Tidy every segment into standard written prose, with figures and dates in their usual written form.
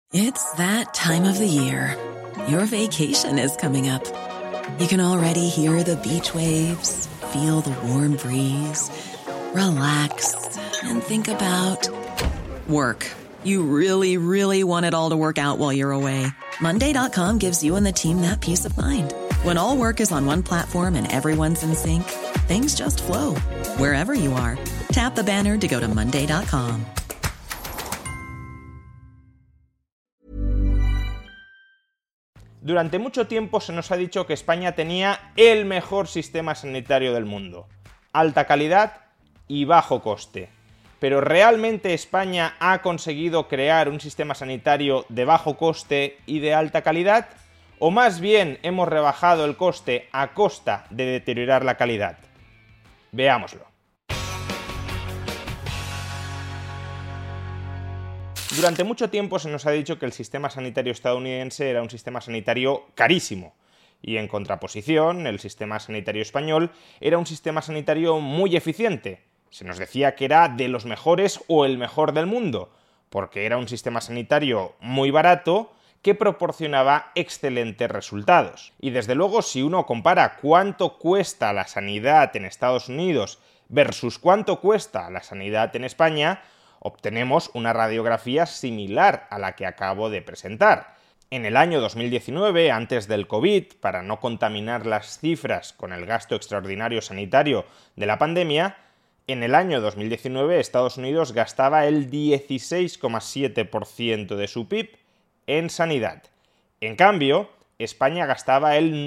It's that time of the year. Your vacation is coming up. You can already hear the beach waves, feel the warm breeze, relax, and think about work. You really, really want it all to work out while you're away. Monday.com gives you and the team that peace of mind. When all work is on one platform and everyone's in sync, things just flow. Wherever you are, tap the banner to go to Monday.com. Durante mucho tiempo se nos ha dicho que España tenía el mejor sistema sanitario del mundo. Alta calidad y bajo coste. Pero ¿realmente España ha conseguido crear un sistema sanitario de bajo coste y de alta calidad? ¿O más bien hemos rebajado el coste a costa de deteriorar la calidad? Veámoslo. Durante mucho tiempo se nos ha dicho que el sistema sanitario estadounidense era un sistema sanitario carísimo, y en contraposición, el sistema sanitario español era un sistema sanitario muy eficiente. Se nos decía que era de los mejores o el mejor del mundo, porque era un sistema sanitario muy barato que proporcionaba excelentes resultados. Y desde luego, si uno compara cuánto cuesta la sanidad en Estados Unidos versus cuánto cuesta la sanidad en España, obtenemos una radiografía similar a la que acabo de presentar. En el año 2019, antes del COVID, para no contaminar las cifras con el gasto extraordinario sanitario de la pandemia, en el año 2019 Estados Unidos gastaba el 16,7% de su PIB en sanidad. En cambio, España gastaba el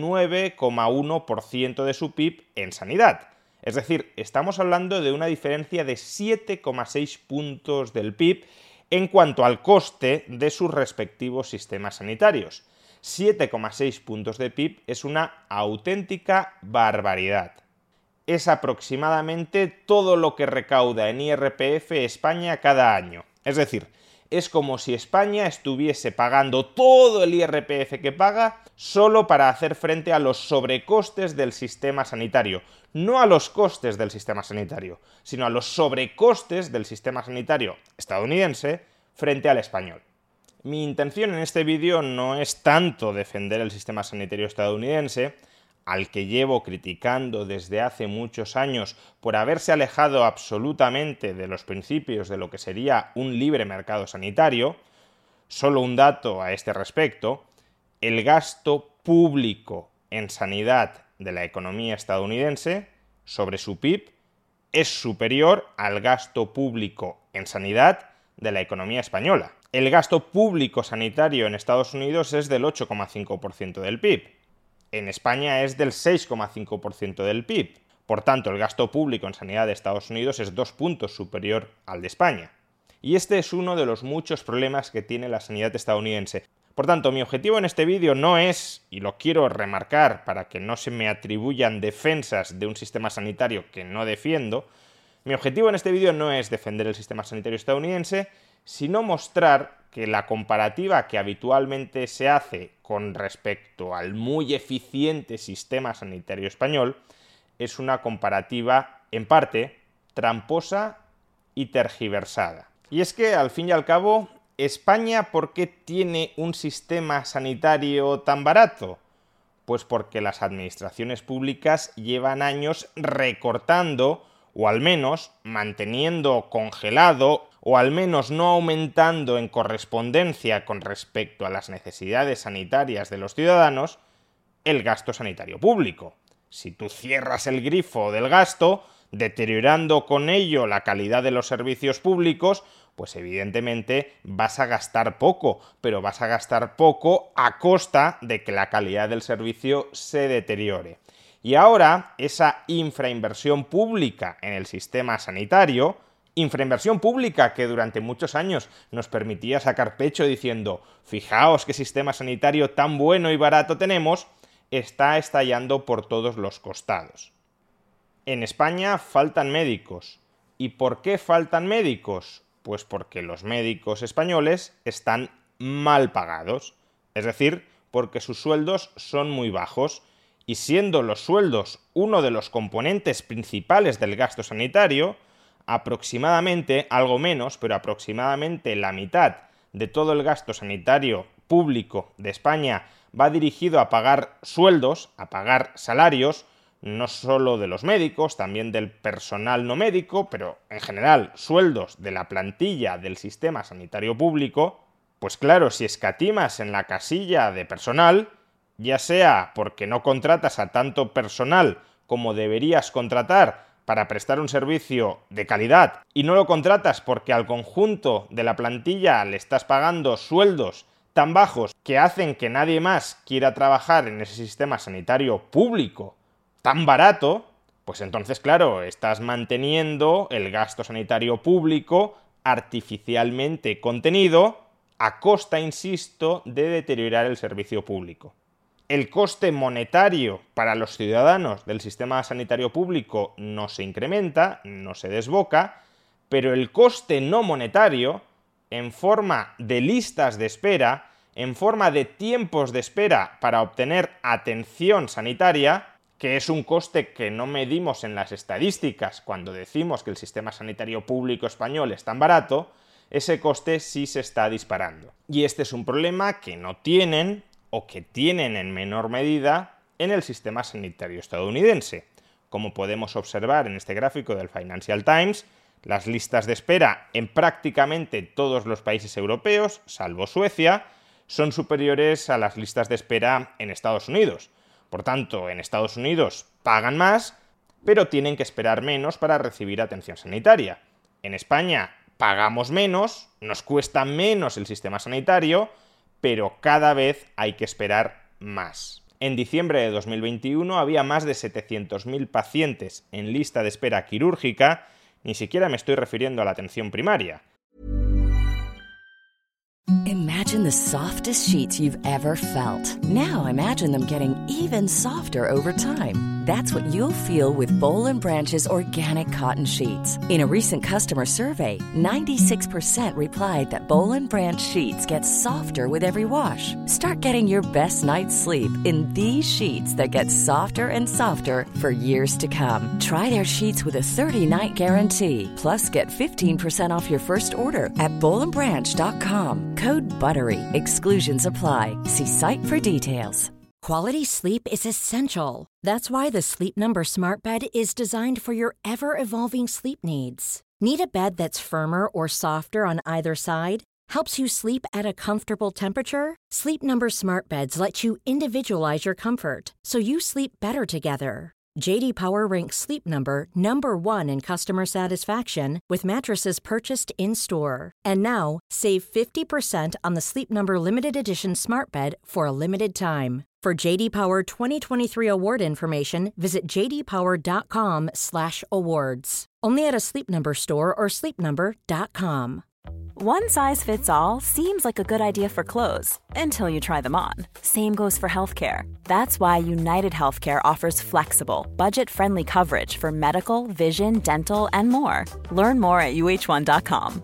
9,1% de su PIB en sanidad. Es decir, estamos hablando de una diferencia de 7,6 puntos del PIB en cuanto al coste de sus respectivos sistemas sanitarios. 7,6 puntos de PIB es una auténtica barbaridad. Es aproximadamente todo lo que recauda en IRPF España cada año. Es decir, es como si España estuviese pagando todo el IRPF que paga solo para hacer frente a los sobrecostes del sistema sanitario. No a los costes del sistema sanitario, sino a los sobrecostes del sistema sanitario estadounidense frente al español. Mi intención en este vídeo no es tanto defender el sistema sanitario estadounidense, al que llevo criticando desde hace muchos años por haberse alejado absolutamente de los principios de lo que sería un libre mercado sanitario. Solo un dato a este respecto: el gasto público en sanidad de la economía estadounidense sobre su PIB es superior al gasto público en sanidad de la economía española. El gasto público sanitario en Estados Unidos es del 8,5% del PIB. En España es del 6,5% del PIB. Por tanto, el gasto público en sanidad de Estados Unidos es 2 puntos superior al de España. Y este es uno de los muchos problemas que tiene la sanidad estadounidense. Por tanto, mi objetivo en este vídeo no es, y lo quiero remarcar para que no se me atribuyan defensas de un sistema sanitario que no defiendo, mi objetivo en este vídeo no es defender el sistema sanitario estadounidense, sino mostrar que la comparativa que habitualmente se hace con respecto al muy eficiente sistema sanitario español es una comparativa, en parte, tramposa y tergiversada. Y es que, al fin y al cabo, ¿España por qué tiene un sistema sanitario tan barato? Pues porque las administraciones públicas llevan años recortando, o al menos manteniendo congelado, o al menos no aumentando en correspondencia con respecto a las necesidades sanitarias de los ciudadanos, el gasto sanitario público. Si tú cierras el grifo del gasto, deteriorando con ello la calidad de los servicios públicos, pues evidentemente vas a gastar poco, pero vas a gastar poco a costa de que la calidad del servicio se deteriore. Y ahora esa infrainversión pública en el sistema sanitario, infrainversión pública que durante muchos años nos permitía sacar pecho diciendo fijaos qué sistema sanitario tan bueno y barato tenemos, está estallando por todos los costados. En España faltan médicos. ¿Y por qué faltan médicos? Pues porque los médicos españoles están mal pagados, es decir, porque sus sueldos son muy bajos, y siendo los sueldos uno de los componentes principales del gasto sanitario, aproximadamente, algo menos, pero aproximadamente la mitad de todo el gasto sanitario público de España va dirigido a pagar sueldos, a pagar salarios, no solo de los médicos, también del personal no médico, pero en general sueldos de la plantilla del sistema sanitario público, pues claro, si escatimas en la casilla de personal, ya sea porque no contratas a tanto personal como deberías contratar para prestar un servicio de calidad y no lo contratas porque al conjunto de la plantilla le estás pagando sueldos tan bajos que hacen que nadie más quiera trabajar en ese sistema sanitario público tan barato, pues entonces, claro, estás manteniendo el gasto sanitario público artificialmente contenido a costa, insisto, de deteriorar el servicio público. El coste monetario para los ciudadanos del sistema sanitario público no se incrementa, no se desboca, pero el coste no monetario, en forma de listas de espera, en forma de tiempos de espera para obtener atención sanitaria, que es un coste que no medimos en las estadísticas cuando decimos que el sistema sanitario público español es tan barato, ese coste sí se está disparando. Y este es un problema que no tienen o que tienen en menor medida en el sistema sanitario estadounidense. Como podemos observar en este gráfico del Financial Times, las listas de espera en prácticamente todos los países europeos, salvo Suecia, son superiores a las listas de espera en Estados Unidos. Por tanto, en Estados Unidos pagan más, pero tienen que esperar menos para recibir atención sanitaria. En España pagamos menos, nos cuesta menos el sistema sanitario, pero cada vez hay que esperar más. En diciembre de 2021 había más de 700.000 pacientes en lista de espera quirúrgica, ni siquiera me estoy refiriendo a la atención primaria. Imagine the softest sheets you've ever felt. Now imagine them getting even softer over time. That's what you'll feel with Boll & Branch's organic cotton sheets. In a recent customer survey, 96% replied that Boll & Branch sheets get softer with every wash. Start getting your best night's sleep in these sheets that get softer and softer for years to come. Try their sheets with a 30-night guarantee. Plus, get 15% off your first order at bollandbranch.com. Code BUTTERY. Exclusions apply. See site for details. Quality sleep is essential. That's why the Sleep Number Smart Bed is designed for your ever-evolving sleep needs. Need a bed that's firmer or softer on either side? Helps you sleep at a comfortable temperature? Sleep Number Smart Beds let you individualize your comfort, so you sleep better together. J.D. Power ranks Sleep Number number 1 in customer satisfaction with mattresses purchased in-store. And now, save 50% on the Sleep Number Limited Edition Smart Bed for a limited time. For J.D. Power 2023 award information, visit jdpower.com/awards. Only at a Sleep Number store or sleepnumber.com. One size fits all seems like a good idea for clothes until you try them on. Same goes for healthcare. That's why United Healthcare offers flexible, budget-friendly coverage for medical, vision, dental, and more. Learn more at uh1.com.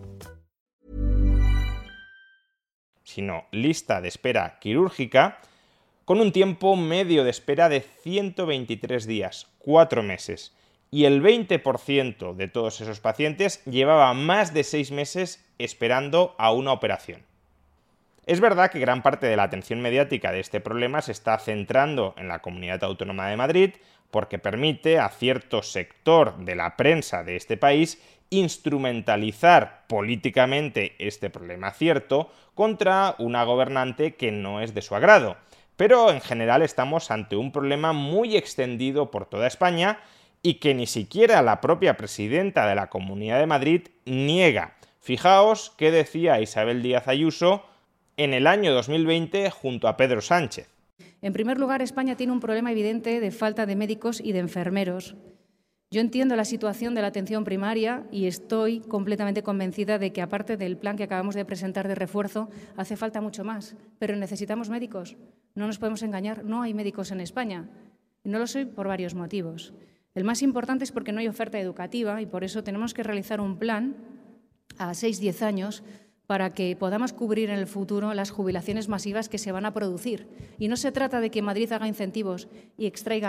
Sino lista de espera quirúrgica con un tiempo medio de espera de 123 días, 4 meses. Y el 20% de todos esos pacientes llevaba más de 6 meses esperando a una operación. Es verdad que gran parte de la atención mediática de este problema se está centrando en la Comunidad Autónoma de Madrid porque permite a cierto sector de la prensa de este país instrumentalizar políticamente este problema cierto contra una gobernante que no es de su agrado. Pero en general estamos ante un problema muy extendido por toda España y que ni siquiera la propia presidenta de la Comunidad de Madrid niega. Fijaos qué decía Isabel Díaz Ayuso en el año 2020 junto a Pedro Sánchez. En primer lugar, España tiene un problema evidente de falta de médicos y de enfermeros. Yo entiendo la situación de la atención primaria y estoy completamente convencida de que, aparte del plan que acabamos de presentar de refuerzo, hace falta mucho más. Pero necesitamos médicos. No nos podemos engañar, no hay médicos en España. Y no lo soy por varios motivos. El más importante es porque no hay oferta educativa y por eso tenemos que realizar un plan a 6-10 años para que podamos cubrir en el futuro las jubilaciones masivas que se van a producir. Y no se trata de que Madrid haga incentivos y extraiga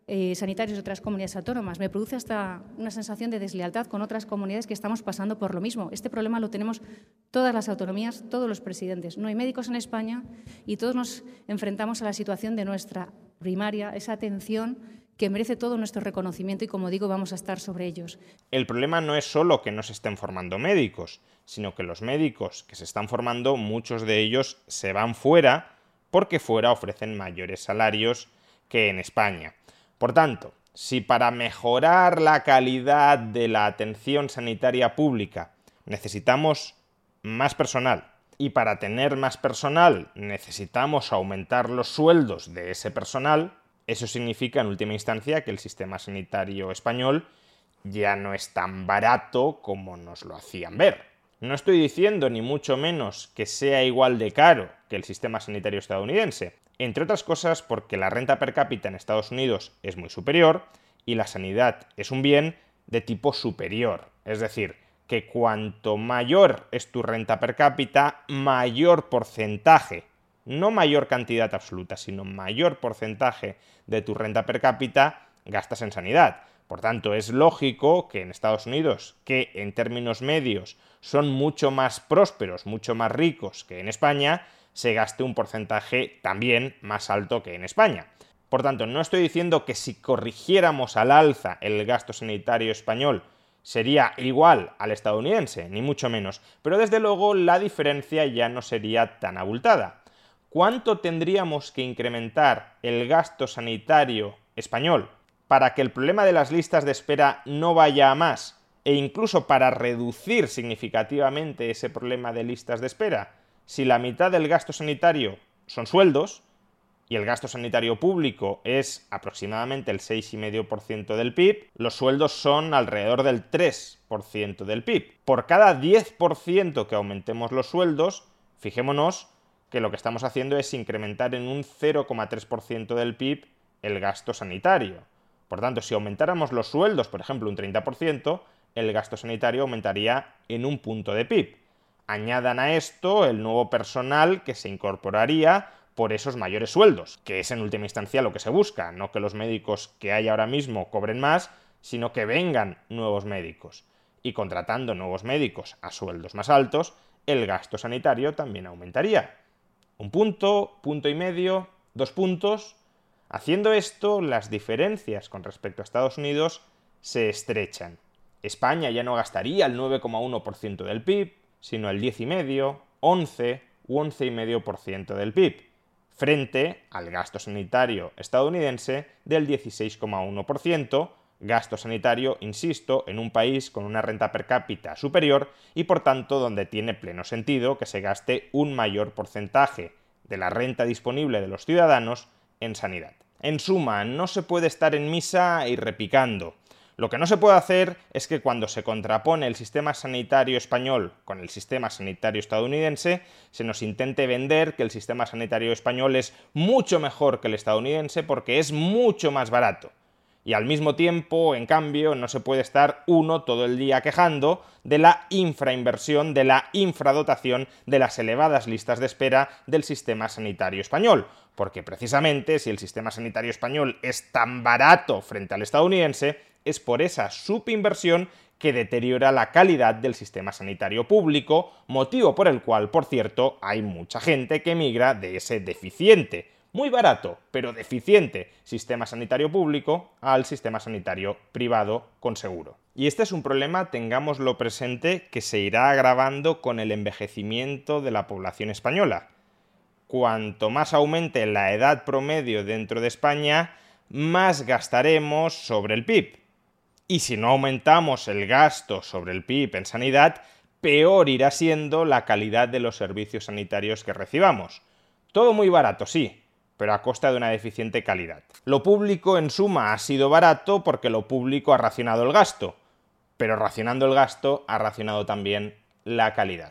sanitarios de otras comunidades autónomas. Me produce hasta una sensación de deslealtad con otras comunidades que estamos pasando por lo mismo. Este problema lo tenemos todas las autonomías, todos los presidentes. No hay médicos en España y todos nos enfrentamos a la situación de nuestra primaria, esa atención que merece todo nuestro reconocimiento y, como digo, vamos a estar sobre ellos. El problema no es solo que no se estén formando médicos, sino que los médicos que se están formando, muchos de ellos se van fuera porque fuera ofrecen mayores salarios que en España. Por tanto, si para mejorar la calidad de la atención sanitaria pública necesitamos más personal y para tener más personal necesitamos aumentar los sueldos de ese personal, eso significa en última instancia que el sistema sanitario español ya no es tan barato como nos lo hacían ver. No estoy diciendo ni mucho menos que sea igual de caro que el sistema sanitario estadounidense, entre otras cosas porque la renta per cápita en Estados Unidos es muy superior y la sanidad es un bien de tipo superior. Es decir, que cuanto mayor es tu renta per cápita, mayor porcentaje, no mayor cantidad absoluta, sino mayor porcentaje de tu renta per cápita gastas en sanidad. Por tanto, es lógico que en Estados Unidos, que en términos medios son mucho más prósperos, mucho más ricos que en España, se gaste un porcentaje también más alto que en España. Por tanto, no estoy diciendo que si corrigiéramos al alza el gasto sanitario español sería igual al estadounidense, ni mucho menos, pero desde luego la diferencia ya no sería tan abultada. ¿Cuánto tendríamos que incrementar el gasto sanitario español para que el problema de las listas de espera no vaya a más e incluso para reducir significativamente ese problema de listas de espera? Si la mitad del gasto sanitario son sueldos, y el gasto sanitario público es aproximadamente el 6,5% del PIB, los sueldos son alrededor del 3% del PIB. Por cada 10% que aumentemos los sueldos, fijémonos que lo que estamos haciendo es incrementar en un 0,3% del PIB el gasto sanitario. Por tanto, si aumentáramos los sueldos, por ejemplo, un 30%, el gasto sanitario aumentaría en un punto de PIB. Añadan a esto el nuevo personal que se incorporaría por esos mayores sueldos, que es en última instancia lo que se busca, no que los médicos que hay ahora mismo cobren más, sino que vengan nuevos médicos. Y contratando nuevos médicos a sueldos más altos, el gasto sanitario también aumentaría. Un punto, punto y medio, 2 puntos. Haciendo esto, las diferencias con respecto a Estados Unidos se estrechan. España ya no gastaría el 9,1% del PIB, sino el 10,5%, 11% u 11,5% del PIB, frente al gasto sanitario estadounidense del 16,1%, gasto sanitario, insisto, en un país con una renta per cápita superior y por tanto donde tiene pleno sentido que se gaste un mayor porcentaje de la renta disponible de los ciudadanos en sanidad. En suma, no se puede estar en misa y repicando. Lo que no se puede hacer es que cuando se contrapone el sistema sanitario español con el sistema sanitario estadounidense, se nos intente vender que el sistema sanitario español es mucho mejor que el estadounidense porque es mucho más barato. Y al mismo tiempo, en cambio, no se puede estar uno todo el día quejando de la infrainversión, de la infradotación, de las elevadas listas de espera del sistema sanitario español. Porque precisamente si el sistema sanitario español es tan barato frente al estadounidense, es por esa subinversión que deteriora la calidad del sistema sanitario público, motivo por el cual, por cierto, hay mucha gente que emigra de ese deficiente, muy barato, pero deficiente sistema sanitario público al sistema sanitario privado con seguro. Y este es un problema, tengámoslo presente, que se irá agravando con el envejecimiento de la población española. Cuanto más aumente la edad promedio dentro de España, más gastaremos sobre el PIB. Y si no aumentamos el gasto sobre el PIB en sanidad, peor irá siendo la calidad de los servicios sanitarios que recibamos. Todo muy barato, sí, pero a costa de una deficiente calidad. Lo público, en suma, ha sido barato porque lo público ha racionado el gasto, pero racionando el gasto ha racionado también la calidad.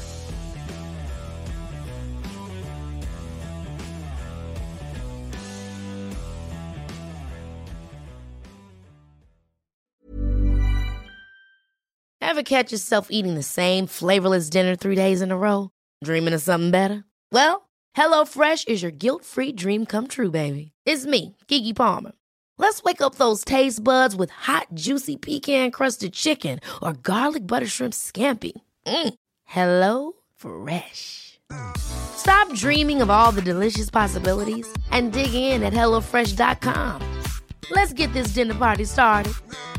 Ever catch yourself eating the same flavorless dinner 3 days in a row? Dreaming of something better? Well, HelloFresh is your guilt-free dream come true, baby. It's me, Keke Palmer. Let's wake up those taste buds with hot, juicy pecan-crusted chicken or garlic butter shrimp scampi. Hello Fresh. Stop dreaming of all the delicious possibilities and dig in at HelloFresh.com. Let's get this dinner party started.